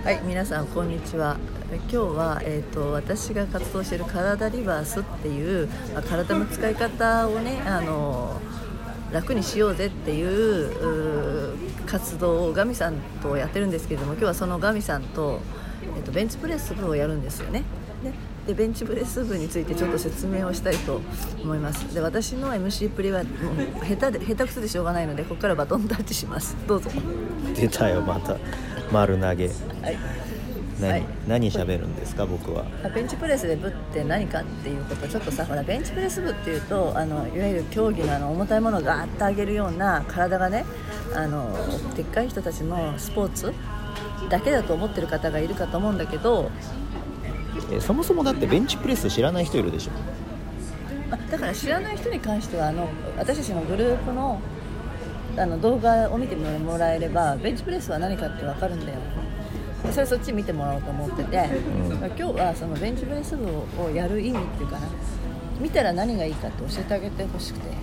はい、皆さんこんにちは。今日は、私が活動している体リバースっていう、体の使い方をね、楽にしようぜっていう活動をガミさんとやってるんですけれども、今日はそのガミさんと、ベンチプレス部をやるんですよね。でベンチプレス部についてちょっと説明をしたいと思います。で、私の MC プレイはもう下手くそでしょうがないので、ここからバトンタッチします。どうぞ。 出たよ、また丸投げ。 はい、 何喋るんですか？僕はベンチプレスで部って何かっていうこと、ちょっとさ、ほらベンチプレス部っていうといわゆる競技の重たいものをガーッと上げるような、体がねでっかい人たちのスポーツだけだと思ってる方がいるかと思うんだけど、 そもそもだってベンチプレス知らない人いるでしょ。 だから知らない人に関しては私たちのグループの動画を見てもらえれば、ベンチプレスは何かって分かるんだよ。そっち見てもらおうと思ってて、今日はそのベンチプレス部をやる意味っていうかな、見たら何がいいかって教えてあげてほしくて。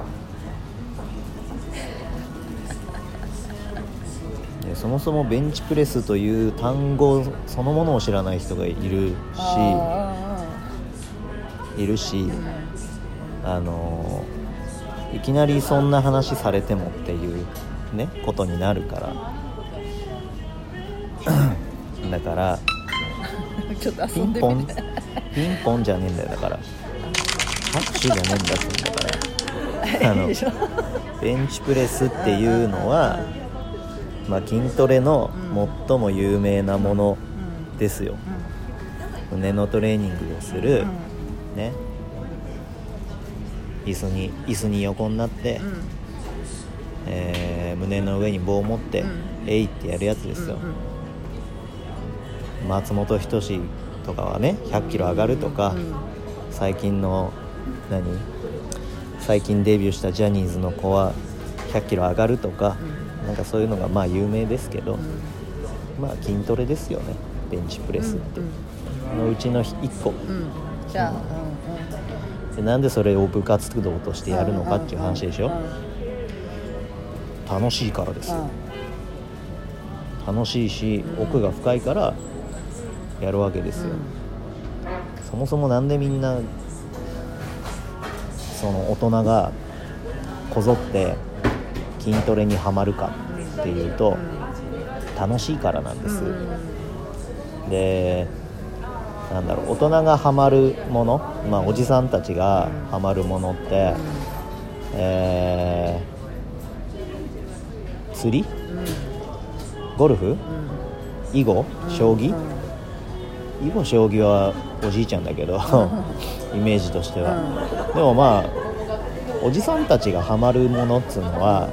そもそもベンチプレスという単語そのものを知らない人がいるし、いきなりそんな話されてもっていうねことになるからだからちょっと遊んでみて。 ピンポンじゃねえんだよ。だから拍手じゃねえんだからベンチプレスっていうのは、筋トレの最も有名なものですよ。胸のトレーニングをする、ね、椅子に横になって、胸の上に棒を持って、えいってやるやつですよ。松本人志とかはね100キロ上がるとか、最近デビューしたジャニーズの子は100キロ上がるとか、なんかそういうのが有名ですけど、筋トレですよね、ベンチプレスって、のうちの1個、 じゃあ、 でなんでそれを部活動としてやるのかっていう話でしょ。楽しいからですよ。楽しいし、奥が深いからやるわけですよ。そもそもなんでみんなその大人がこぞって筋トレにはまるかっていうと、楽しいからなんです。で、大人がハマるもの、おじさんたちがハマるものって、釣り、ゴルフ、囲碁、将棋、囲碁将棋はおじいちゃんだけどイメージとしては、でもおじさんたちがハマるものっつうのは、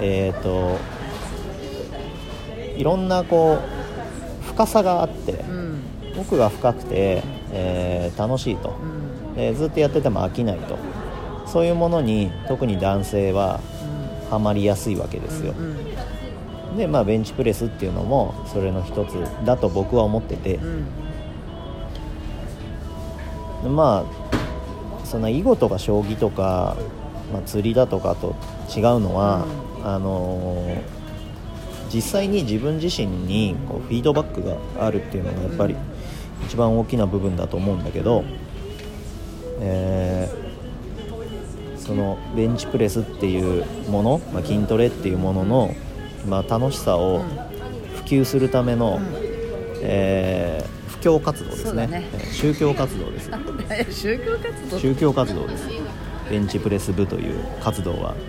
いろんな深さがあって、奥が深くて、楽しいと、ずっとやってても飽きないと、そういうものに特に男性はハマりやすいわけですよ。で、ベンチプレスっていうのもそれの一つだと僕は思ってて、その囲碁とか将棋とか、釣りだとかと違うのは、実際に自分自身にフィードバックがあるっていうのがやっぱり一番大きな部分だと思うんだけど、そのベンチプレスっていうもの、筋トレっていうものの、楽しさを普及するための、布教活動ですね。宗教活動です。宗教活動です。ベンチプレス部という活動は。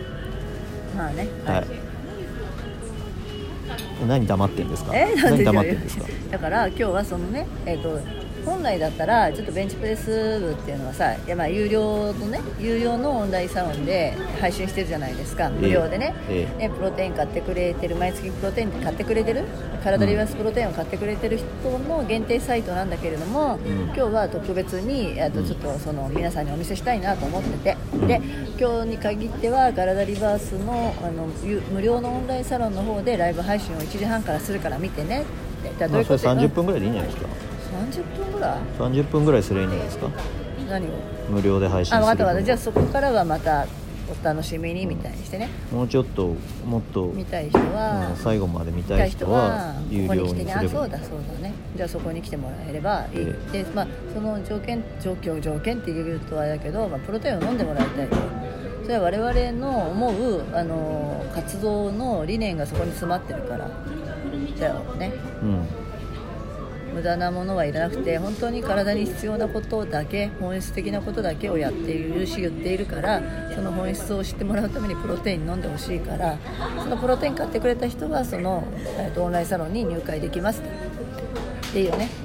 何黙ってんですか？何黙ってんですか？ だから今日はそのね、本来だったらちょっとベンチプレス部っていうのはさ、有料のオンラインサロンで配信してるじゃないですか。無料でね、プロテイン買ってくれてる、毎月プロテイン買ってくれてる、体リバースプロテインを買ってくれてる人の限定サイトなんだけれども、今日は特別にちょっとその皆さんにお見せしたいなと思ってて、で今日に限っては体リバースの無料のオンラインサロンの方でライブ配信を1時半からするから見てね。 それ30分ぐらいでいいんじゃないですか。 30分ぐらい 30分ぐらいすればいいんじゃないですか。 何を無料で配信する。 分かった。じゃあそこからはまたお楽しみにみたいにしてね、 もっと見たい人は、 最後まで見たい人は有料にすればいい。 ここに来てね、そうだね、じゃあそこに来てもらえればいい、で、その条件って言うとあれだけど、プロテインを飲んでもらいたいと。それは我々の思う活動の理念がそこに詰まってるからだよね、無駄なものはいらなくて、本当に体に必要なことだけ、本質的なことだけをやっているし言っているから、その本質を知ってもらうためにプロテイン飲んでほしいから、そのプロテイン買ってくれた人はその、オンラインサロンに入会できますっていいよね。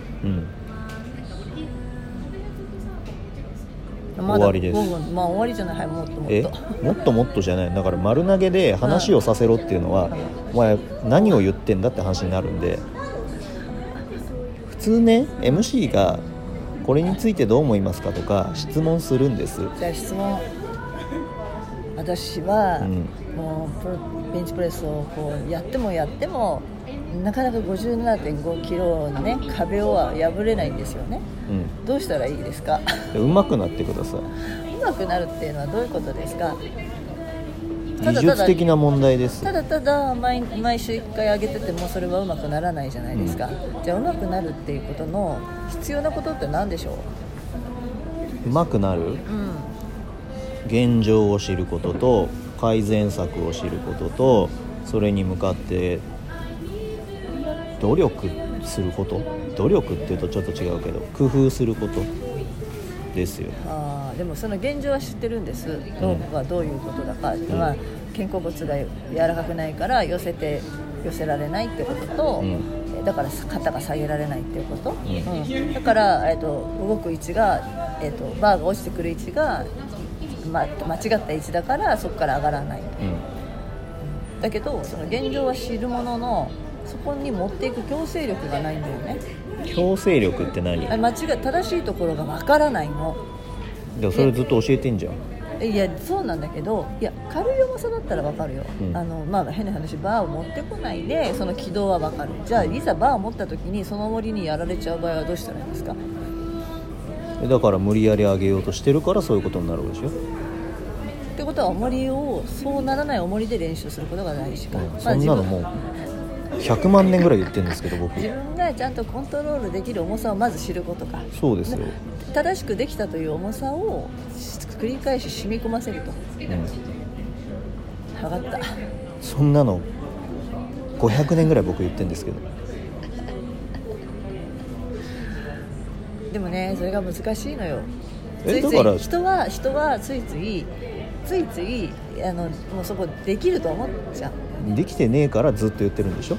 まだ終わりです。 終わりじゃない、もっともっとじゃない。だから丸投げで話をさせろっていうのは、お前何を言ってんだって話になるんで、普通ね MC がこれについてどう思いますかとか質問するんです。 じゃあ質問、私は、もうベンチプレスをこうやってもなかなか 57.5 キロのね壁を破れないんですよね、どうしたらいいですか？ 上手くなってください。 上手くなるっていうのはどういうことですか？ 技術的な問題です。 ただ毎週1回上げててもそれは上手くならないじゃないですか、じゃあ上手くなるっていうことの必要なことって何でしょう？ 上手くなる、現状を知ることと改善策を知ることと、それに向かって努力すること、努力っていうとちょっと違うけど工夫することですよ。 でもその現状は知ってるんです、どういうことだか、肩甲骨が柔らかくないから寄せられないってことと、だから肩が下げられないっていうこと、だから、動く位置が、バーが落ちてくる位置が、間違った位置だからそこから上がらない、だけどその現状は知るものの、そこに持っていく強制力がないんだよね。 強制力って何？ 正しいところがわからないの。 でもそれずっと教えてんじゃん。 いやそうなんだけど、軽い重さだったらわかるよ、変な話、バーを持ってこないでその軌道はわかる。じゃあいざバーを持った時にその重りにやられちゃう場合はどうしたらいいんですか？ だから無理やり上げようとしてるからそういうことになるでしょ。 ってことは重りをそうならない重りで練習することが大事か、 そんなのもう100万年ぐらい言ってるんですけど、僕自分がちゃんとコントロールできる重さをまず知ることか。 そうですよ。 正しくできたという重さを繰り返し染み込ませると、分かった。 そんなの500年ぐらい僕言ってるんですけどでもね、それが難しいのよ。 だから人はついついもうそこできると思っちゃう。 できてねえからずっと言ってるんでしょ、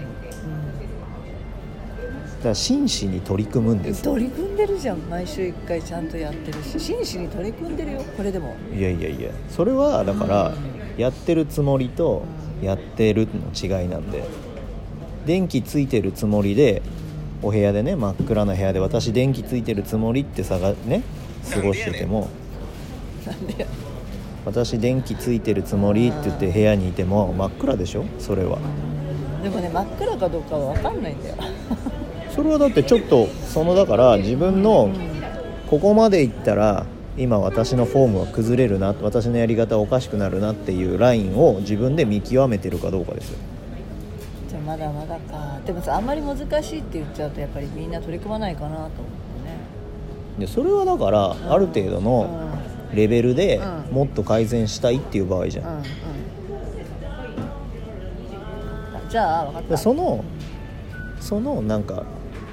だから真摯に取り組むんです。 取り組んでるじゃん、毎週1回ちゃんとやってるし、真摯に取り組んでるよ、これでも。 いやそれはだから、やってるつもりとやってるの違いなんで、電気ついてるつもりでお部屋でね、真っ暗な部屋で私電気ついてるつもりって過ごしててもなんでや、 私電気ついてるつもりって言って部屋にいても真っ暗でしょ、それは。 でもね、真っ暗かどうかは分かんないんだよそれはだってちょっとだから自分のここまでいったら今私のフォームは崩れるな、私のやり方はおかしくなるなっていうラインを自分で見極めてるかどうかですよ。 じゃあまだまだか。でもさ、あんまり難しいって言っちゃうとやっぱりみんな取り組まないかなと思ってね。でそれはだからある程度のレベルでもっと改善したいっていう場合じゃん、 じゃあ分かった。 そのなんか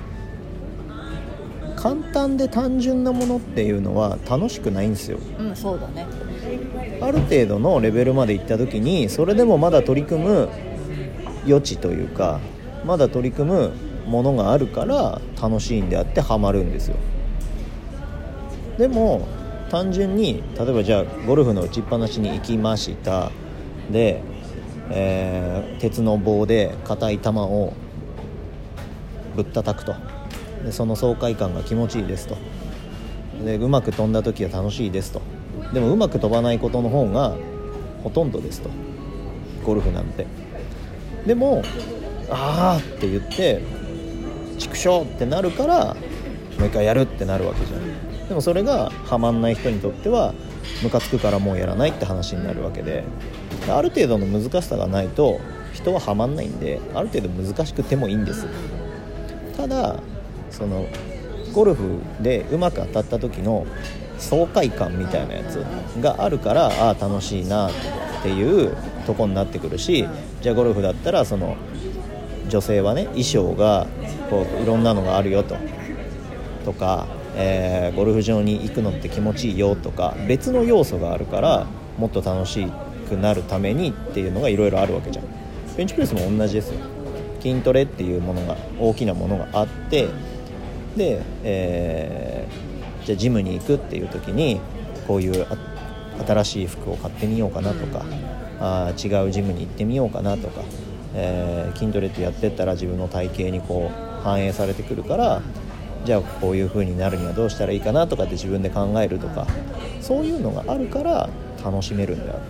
簡単で単純なものっていうのは楽しくないんですよ。 そうだね。 ある程度のレベルまで行った時にそれでもまだ取り組む余地というか、まだ取り組むものがあるから楽しいんであってハマるんですよ。でも単純に例えばじゃあゴルフの打ちっぱなしに行きました。で、鉄の棒で硬い球をぶったたくと。でその爽快感が気持ちいいですと。でうまく飛んだ時は楽しいですと。でもうまく飛ばないことの方がほとんどですと、ゴルフなんて。でもあーって言ってチクショーってなるからもう一回やるってなるわけじゃん。でもそれがハマんない人にとってはムカつくからもうやらないって話になるわけで、ある程度の難しさがないと人はハマんないんで、ある程度難しくてもいいんです。ただそのゴルフでうまく当たった時の爽快感みたいなやつがあるから、ああ楽しいなっていうとこになってくるし、じゃあゴルフだったらその女性はね、衣装がこういろんなのがあるよとか、ゴルフ場に行くのって気持ちいいよとか、別の要素があるからもっと楽しくなるためにっていうのがいろいろあるわけじゃん。ベンチプレスも同じですよ。筋トレっていうものが、大きなものがあって、で、じゃあジムに行くっていう時にこういう新しい服を買ってみようかなとか、違うジムに行ってみようかなとか、筋トレってやってったら自分の体型にこう反映されてくるから、じゃあこういう風になるにはどうしたらいいかなとかって自分で考えるとか、そういうのがあるから楽しめるんであって、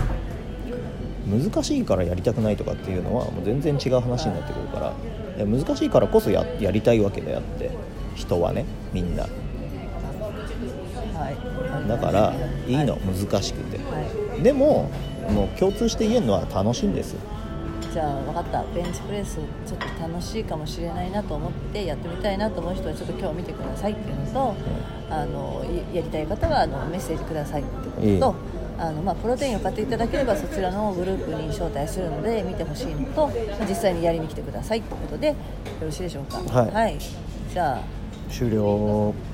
難しいからやりたくないとかっていうのはもう全然違う話になってくるから、難しいからこそ やりたいわけであって、人はね、みんな、だからいいの、難しくて、でももう共通して言えるのは楽しいんです。 じゃあ分かった、ベンチプレスちょっと楽しいかもしれないなと思ってやってみたいなと思う人はちょっと今日見てくださいっていうのと、やりたい方はメッセージくださいっていうことと、プロテインを買っていただければそちらのグループに招待するので見てほしいのと、実際にやりに来てくださいってことでよろしいでしょうか。 はい、 じゃあ終了。